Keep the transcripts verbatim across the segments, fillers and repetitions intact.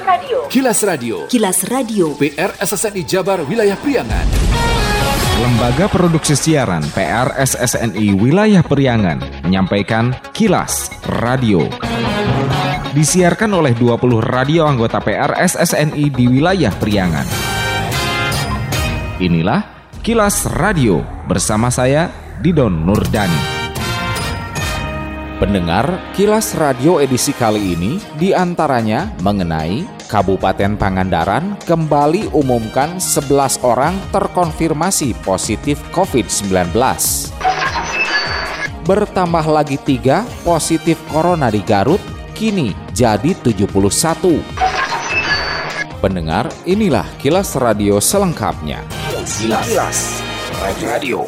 Radio. Kilas Radio. Kilas Radio. P R S S N I Jabar Wilayah Priangan. Lembaga Produksi Siaran P R S S N I Wilayah Priangan menyampaikan Kilas Radio. Disiarkan oleh dua puluh radio anggota P R S S N I di wilayah Priangan. Inilah Kilas Radio bersama saya Didon Nurdani. Pendengar, Kilas Radio edisi kali ini diantaranya mengenai Kabupaten Pangandaran kembali umumkan sebelas orang terkonfirmasi positif covid sembilan belas. Bertambah lagi tiga positif corona di Garut, kini jadi tujuh puluh satu. Pendengar, inilah Kilas Radio selengkapnya. Kilas, Kilas Radio.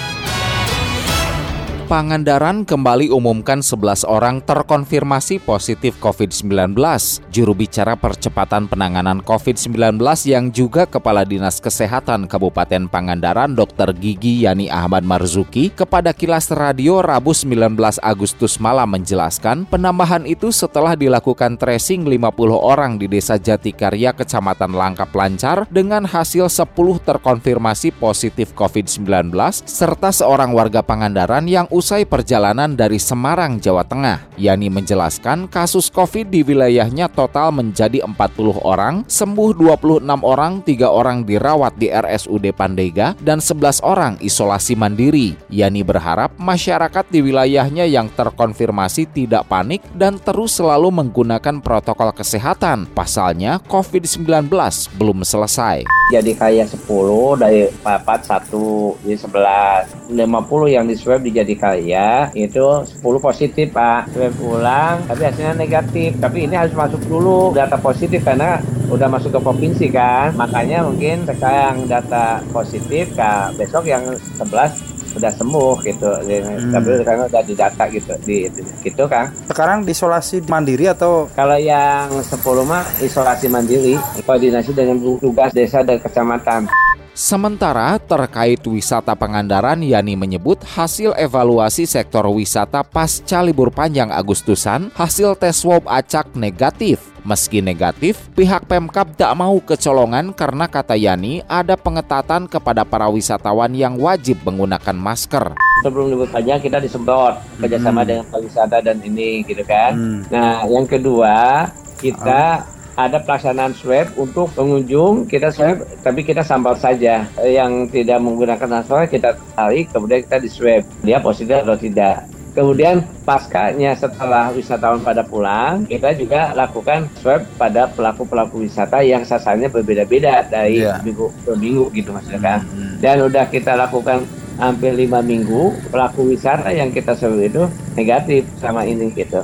Pangandaran kembali umumkan sebelas orang terkonfirmasi positif covid sembilan belas. Juru bicara percepatan penanganan covid sembilan belas yang juga Kepala Dinas Kesehatan Kabupaten Pangandaran dokter Gigi Yani Ahmad Marzuki kepada Kilas Radio Rabu sembilan belas Agustus malam menjelaskan penambahan itu setelah dilakukan tracing lima puluh orang di Desa Jatikarya Kecamatan Langkap Lancar dengan hasil sepuluh terkonfirmasi positif covid sembilan belas serta seorang warga Pangandaran yang usai perjalanan dari Semarang, Jawa Tengah. Yani menjelaskan kasus COVID di wilayahnya total menjadi empat puluh orang, sembuh dua puluh enam orang, tiga orang dirawat di R S U D Pandega, dan sebelas orang isolasi mandiri. Yani berharap masyarakat di wilayahnya yang terkonfirmasi tidak panik dan terus selalu menggunakan protokol kesehatan. Pasalnya covid sembilan belas belum selesai. Jadi kayak sepuluh dari papat satu, jadi sebelas. lima puluh yang di swab di Jatikarya itu sepuluh positif Pak. Swab ulang tapi hasilnya negatif. Tapi ini harus masuk dulu data positif karena udah masuk ke provinsi kan. Makanya mungkin sekarang data positif Kak, besok yang sebelas udah sembuh gitu. Hmm. Tapi karena udah didata gitu di gitu kan. Sekarang isolasi mandiri atau kalau yang sepuluh mah isolasi mandiri, koordinasi dengan tugas desa dan kecamatan. Sementara terkait wisata Pangandaran, Yani menyebut hasil evaluasi sektor wisata pasca libur panjang Agustusan, hasil tes swab acak negatif. Meski negatif, pihak Pemkab tak mau kecolongan karena kata Yani ada pengetatan kepada para wisatawan yang wajib menggunakan masker. Sebelum libur panjang kita disemprot kerjasama hmm. dengan pariwisata dan ini gitu kan. Hmm. Nah yang kedua kita hmm. ada pelaksanaan swab untuk pengunjung, kita swab tapi kita sampel saja. Yang tidak menggunakan masker kita tarik, kemudian kita di swab dia positif atau tidak. Kemudian paskanya setelah wisatawan pada pulang, kita juga lakukan swab pada pelaku-pelaku wisata yang sasarannya berbeda-beda dari yeah. minggu ke minggu gitu maksudnya kan. Mm-hmm. Dan udah kita lakukan hampir lima minggu, pelaku wisata yang kita swab itu negatif sama ini gitu.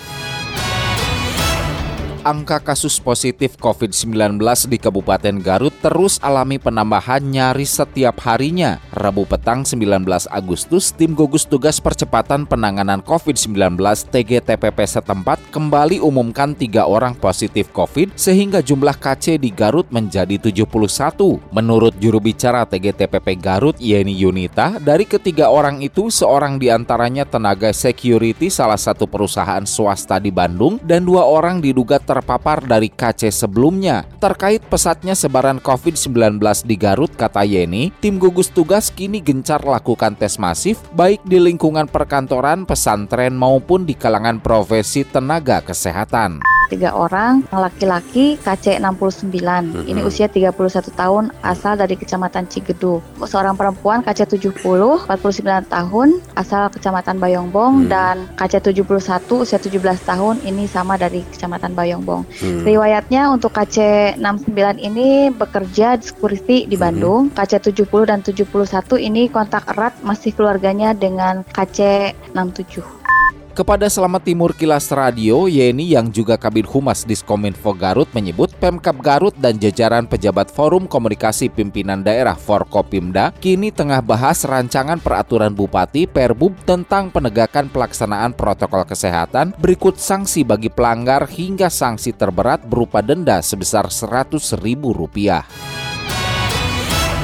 Angka kasus positif covid sembilan belas di Kabupaten Garut terus alami penambahan nyaris setiap harinya. Rabu petang sembilan belas Agustus, tim gugus tugas percepatan penanganan covid sembilan belas T G T P P setempat kembali umumkan tiga orang positif COVID sehingga jumlah K C di Garut menjadi tujuh puluh satu. Menurut juru bicara T G T P P Garut Yeni Yunita, dari ketiga orang itu seorang diantaranya tenaga security salah satu perusahaan swasta di Bandung dan dua orang diduga ter terpapar dari K C sebelumnya. Terkait pesatnya sebaran covid sembilan belas di Garut, kata Yeni, tim gugus tugas kini gencar lakukan tes masif baik di lingkungan perkantoran, pesantren maupun di kalangan profesi tenaga kesehatan. Tiga orang, laki-laki K C enam puluh sembilan, mm-hmm. ini usia tiga puluh satu tahun, asal dari Kecamatan Cigedu. Seorang perempuan K C tujuh puluh, empat puluh sembilan tahun, asal Kecamatan Bayongbong, mm-hmm. dan K C tujuh puluh satu, usia tujuh belas tahun, ini sama dari Kecamatan Bayongbong. Mm-hmm. Riwayatnya untuk K C enam puluh sembilan ini bekerja di security di Bandung, mm-hmm. K C tujuh puluh dan tujuh puluh satu ini kontak erat masih keluarganya dengan K C enam puluh tujuh. Kepada Selamat Timur Kilas Radio, Yeni yang juga Kabid Humas Diskominfo Garut menyebut Pemkab Garut dan jajaran pejabat Forum Komunikasi Pimpinan Daerah Forkopimda kini tengah bahas rancangan peraturan Bupati Perbub tentang penegakan pelaksanaan protokol kesehatan berikut sanksi bagi pelanggar hingga sanksi terberat berupa denda sebesar seratus ribu rupiah.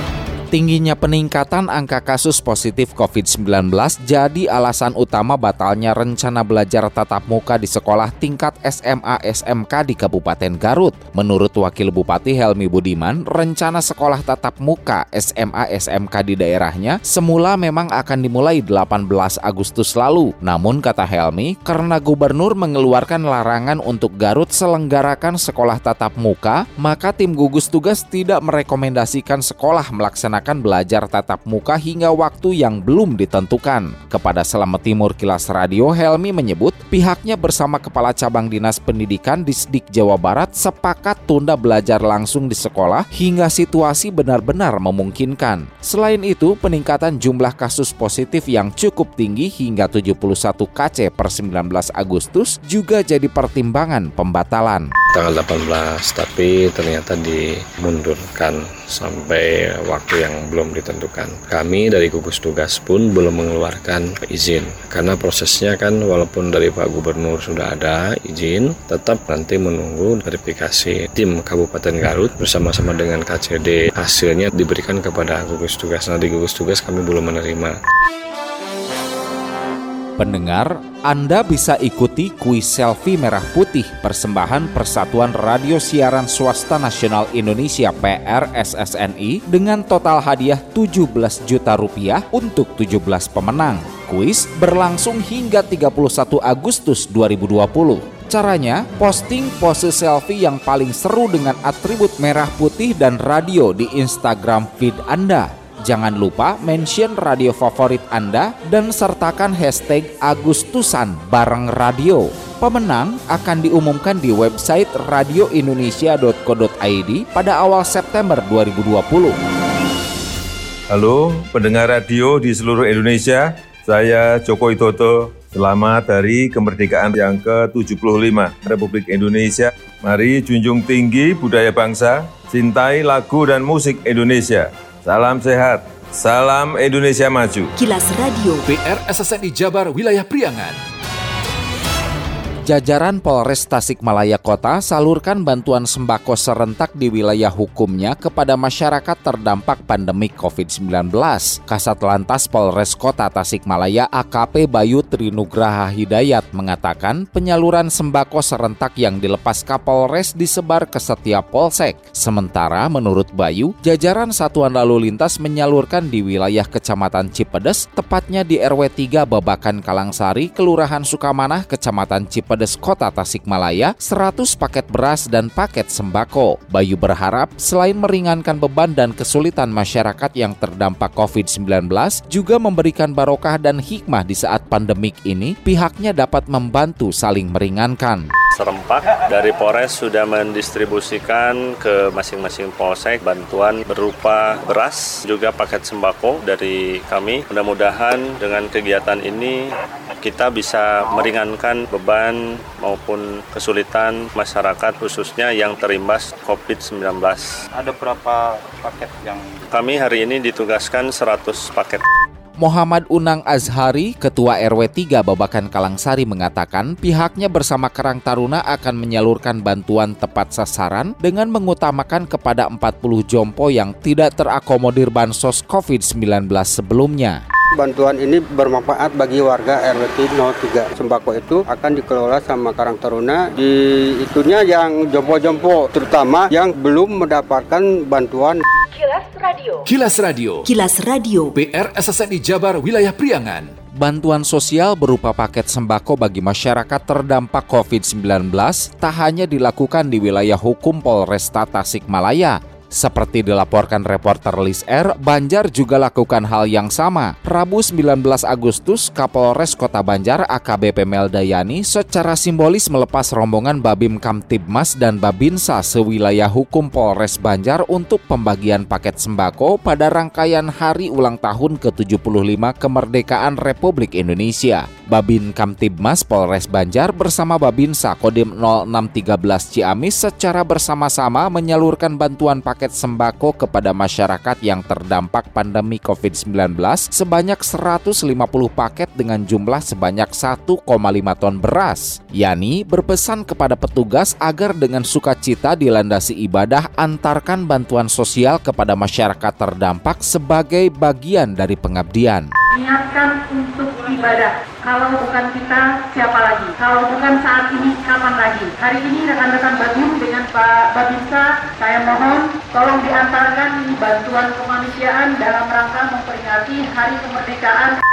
Tingginya peningkatan angka kasus positif covid sembilan belas jadi alasan utama batalnya rencana belajar tatap muka di sekolah tingkat S M A S M K di Kabupaten Garut. Menurut Wakil Bupati Helmi Budiman, rencana sekolah tatap muka S M A S M K di daerahnya semula memang akan dimulai delapan belas Agustus lalu. Namun kata Helmi, karena gubernur mengeluarkan larangan untuk Garut selenggarakan sekolah tatap muka, maka tim gugus tugas tidak merekomendasikan sekolah melaksanakan belajar tatap muka hingga waktu yang belum ditentukan. Kepada Selamat Timur Kilas Radio, Helmi menyebut pihaknya bersama Kepala Cabang Dinas Pendidikan Disdik Jawa Barat sepakat tunda belajar langsung di sekolah hingga situasi benar-benar memungkinkan. Selain itu, peningkatan jumlah kasus positif yang cukup tinggi hingga tujuh puluh satu K C per sembilan belas Agustus juga jadi pertimbangan pembatalan. Tanggal delapan belas, tapi ternyata dimundurkan sampai waktu yang belum ditentukan. Kami dari gugus tugas pun belum mengeluarkan izin, karena prosesnya kan walaupun dari Pak Gubernur sudah ada izin, tetap nanti menunggu verifikasi tim Kabupaten Garut bersama-sama dengan K C D. Hasilnya diberikan kepada gugus tugas. Nah, di gugus tugas kami belum menerima. Pendengar, Anda bisa ikuti kuis selfie merah putih persembahan Persatuan Radio Siaran Swasta Nasional Indonesia P R S S N I dengan total hadiah tujuh belas juta rupiah untuk tujuh belas pemenang. Kuis berlangsung hingga tiga puluh satu Agustus dua ribu dua puluh. Caranya, posting pose selfie yang paling seru dengan atribut merah putih dan radio di Instagram feed Anda. Jangan lupa mention radio favorit Anda dan sertakan hashtag Agustusan bareng radio. Pemenang akan diumumkan di website radio indonesia dot co dot i d pada awal September dua ribu dua puluh. Halo pendengar radio di seluruh Indonesia, saya Joko Widodo. Selamat Hari Kemerdekaan yang ke tujuh puluh lima Republik Indonesia. Mari junjung tinggi budaya bangsa, cintai lagu dan musik Indonesia. Salam sehat, salam Indonesia maju. Kilas Radio P R S S N I Jabar Wilayah Priangan. Jajaran Polres Tasikmalaya Kota salurkan bantuan sembako serentak di wilayah hukumnya kepada masyarakat terdampak pandemi covid sembilan belas. Kasat Lantas Polres Kota Tasikmalaya A K P Bayu Trinugraha Hidayat mengatakan penyaluran sembako serentak yang dilepas Kapolres disebar ke setiap polsek. Sementara menurut Bayu, jajaran Satuan Lalu Lintas menyalurkan di wilayah Kecamatan Cipedes, tepatnya di R W tiga Babakan Kalangsari, Kelurahan Sukamanah, Kecamatan Cipedes, Kota Tasikmalaya, seratus paket beras dan paket sembako. Bayu berharap selain meringankan beban dan kesulitan masyarakat yang terdampak covid sembilan belas, juga memberikan barokah dan hikmah di saat pandemik ini, pihaknya dapat membantu saling meringankan. Serempak dari Polres sudah mendistribusikan ke masing-masing polsek bantuan berupa beras, juga paket sembako dari kami. Mudah-mudahan dengan kegiatan ini kita bisa meringankan beban maupun kesulitan masyarakat khususnya yang terimbas covid sembilan belas. Ada berapa paket yang kami hari ini ditugaskan seratus paket. Muhammad Unang Azhari, Ketua R W tiga Babakan Kalangsari mengatakan pihaknya bersama Karang Taruna akan menyalurkan bantuan tepat sasaran dengan mengutamakan kepada empat puluh jompo yang tidak terakomodir bansos covid sembilan belas sebelumnya. Bantuan ini bermanfaat bagi warga R W nol tiga. Sembako itu akan dikelola sama Karang Taruna. Di itunya yang jompo-jompo, terutama yang belum mendapatkan bantuan. Kilas Radio Kilas Radio Kilas Radio P R S S N I Jabar Wilayah Priangan. Bantuan sosial berupa paket sembako bagi masyarakat terdampak covid sembilan belas tak hanya dilakukan di wilayah hukum Polresta Tasikmalaya. Seperti dilaporkan reporter Lis R, Banjar juga lakukan hal yang sama. Rabu sembilan belas Agustus, Kapolres Kota Banjar A K B P Meldayani secara simbolis melepas rombongan Babim Kamtibmas dan Babinsa sewilayah hukum Polres Banjar untuk pembagian paket sembako pada rangkaian hari ulang tahun ke tujuh puluh lima kemerdekaan Republik Indonesia. Babin Kamtibmas Polres Banjar bersama Babinsa Kodim nol enam satu tiga Ciamis secara bersama-sama menyalurkan bantuan paket paket sembako kepada masyarakat yang terdampak pandemi covid sembilan belas sebanyak seratus lima puluh paket dengan jumlah sebanyak satu koma lima ton beras. Yani berpesan kepada petugas agar dengan sukacita dilandasi ibadah antarkan bantuan sosial kepada masyarakat terdampak sebagai bagian dari pengabdian. Niatkan untuk ibadah. Kalau bukan kita, siapa lagi? Kalau bukan saat ini, kapan lagi? Hari ini rekan-rekan Babin dengan Pak Babinsa, saya mohon tolong diantarkan ini bantuan kemanusiaan dalam rangka memperingati Hari Kemerdekaan.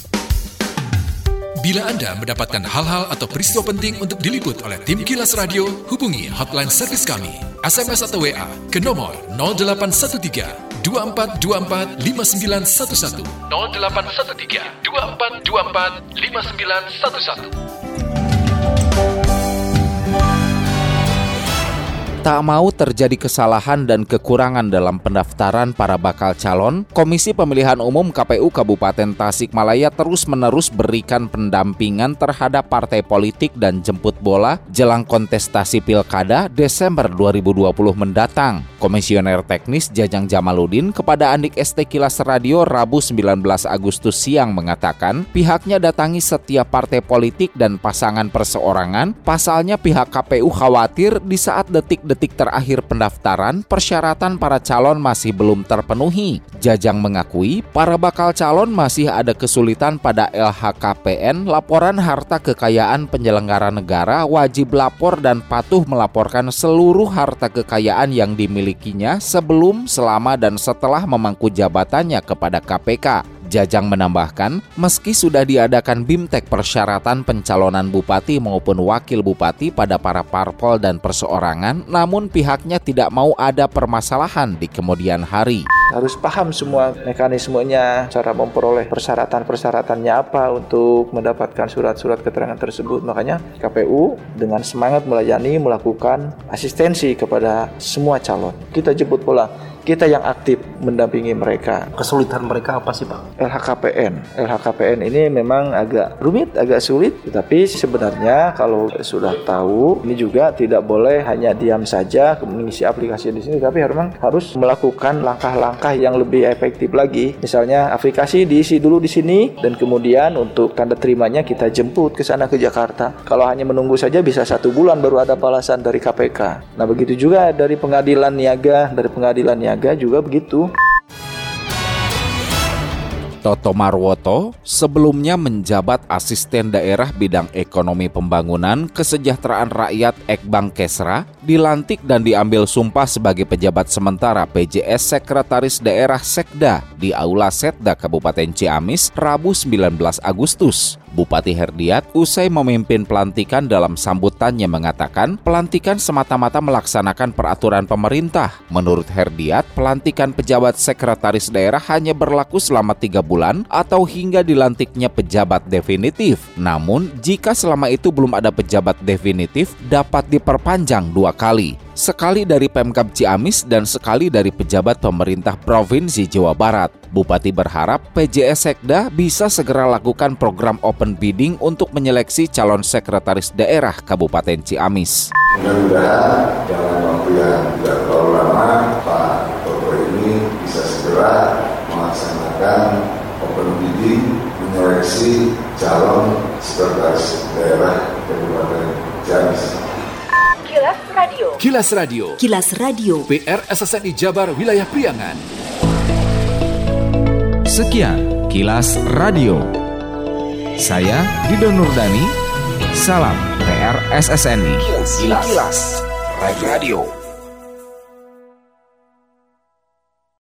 Bila Anda mendapatkan hal-hal atau peristiwa penting untuk diliput oleh tim Kilas Radio, hubungi hotline servis kami, S M S atau W A ke nomor nol delapan satu tiga dua empat dua empat lima sembilan satu satu nol delapan satu tiga dua empat dua empat lima sembilan satu satu. Tak mau terjadi kesalahan dan kekurangan dalam pendaftaran para bakal calon, Komisi Pemilihan Umum K P U Kabupaten Tasikmalaya terus-menerus berikan pendampingan terhadap partai politik dan jemput bola jelang kontestasi Pilkada Desember dua ribu dua puluh mendatang. Komisioner Teknis Jajang Jamaludin kepada Andik S T Kilas Radio Rabu sembilan belas Agustus siang mengatakan pihaknya datangi setiap partai politik dan pasangan perseorangan. Pasalnya pihak K P U khawatir di saat detik-detik Detik terakhir pendaftaran, persyaratan para calon masih belum terpenuhi. Jajang mengakui para bakal calon masih ada kesulitan pada L H K P N, laporan harta kekayaan penyelenggara negara, wajib lapor dan patuh melaporkan seluruh harta kekayaan yang dimilikinya sebelum, selama dan setelah memangku jabatannya kepada K P K. Jajang menambahkan, meski sudah diadakan BIMTEK persyaratan pencalonan bupati maupun wakil bupati pada para parpol dan perseorangan, namun pihaknya tidak mau ada permasalahan di kemudian hari. Harus paham semua mekanismenya, cara memperoleh persyaratan-persyaratannya apa untuk mendapatkan surat-surat keterangan tersebut. Makanya K P U dengan semangat melayani, melakukan asistensi kepada semua calon. Kita jemput bola, kita yang aktif mendampingi mereka. Kesulitan mereka apa sih Pak? L H K P N. L H K P N ini memang agak rumit, agak sulit. Tetapi sebenarnya kalau sudah tahu, ini juga tidak boleh hanya diam saja mengisi aplikasi di sini, tapi memang harus melakukan langkah-langkah yang lebih efektif lagi. Misalnya aplikasi diisi dulu di sini dan kemudian untuk tanda terimanya kita jemput ke sana ke Jakarta. Kalau hanya menunggu saja bisa satu bulan baru ada balasan dari K P K. Nah begitu juga dari pengadilan niaga, dari pengadilan niaga juga begitu. Toto Marwoto sebelumnya menjabat Asisten Daerah Bidang Ekonomi Pembangunan Kesejahteraan Rakyat Ekbang Kesra, dilantik dan diambil sumpah sebagai pejabat sementara P J S Sekretaris Daerah Sekda di Aula Setda Kabupaten Ciamis Rabu sembilan belas Agustus. Bupati Herdiat usai memimpin pelantikan dalam sambutannya mengatakan pelantikan semata-mata melaksanakan peraturan pemerintah. Menurut Herdiat, pelantikan pejabat sekretaris daerah hanya berlaku selama tiga bulan atau hingga dilantiknya pejabat definitif. Namun, jika selama itu belum ada pejabat definitif, dapat diperpanjang dua kali. Sekali dari Pemkab Ciamis dan sekali dari pejabat pemerintah Provinsi Jawa Barat. Bupati berharap P J S Sekda bisa segera lakukan program open bidding untuk menyeleksi calon sekretaris daerah Kabupaten Ciamis. Mudah-mudahan dalam waktu yang tidak terlalu lama, Pak Toto ini bisa segera melaksanakan open bidding menyeleksi calon sekretaris daerah Kabupaten Ciamis. Kilas Radio. Kilas Radio. Kilas Radio. P R S S N I Jabar Wilayah Priangan. Sekian Kilas Radio. Saya Dido Nurdani. Salam P R S S N I. Kilas, Kilas. Radio.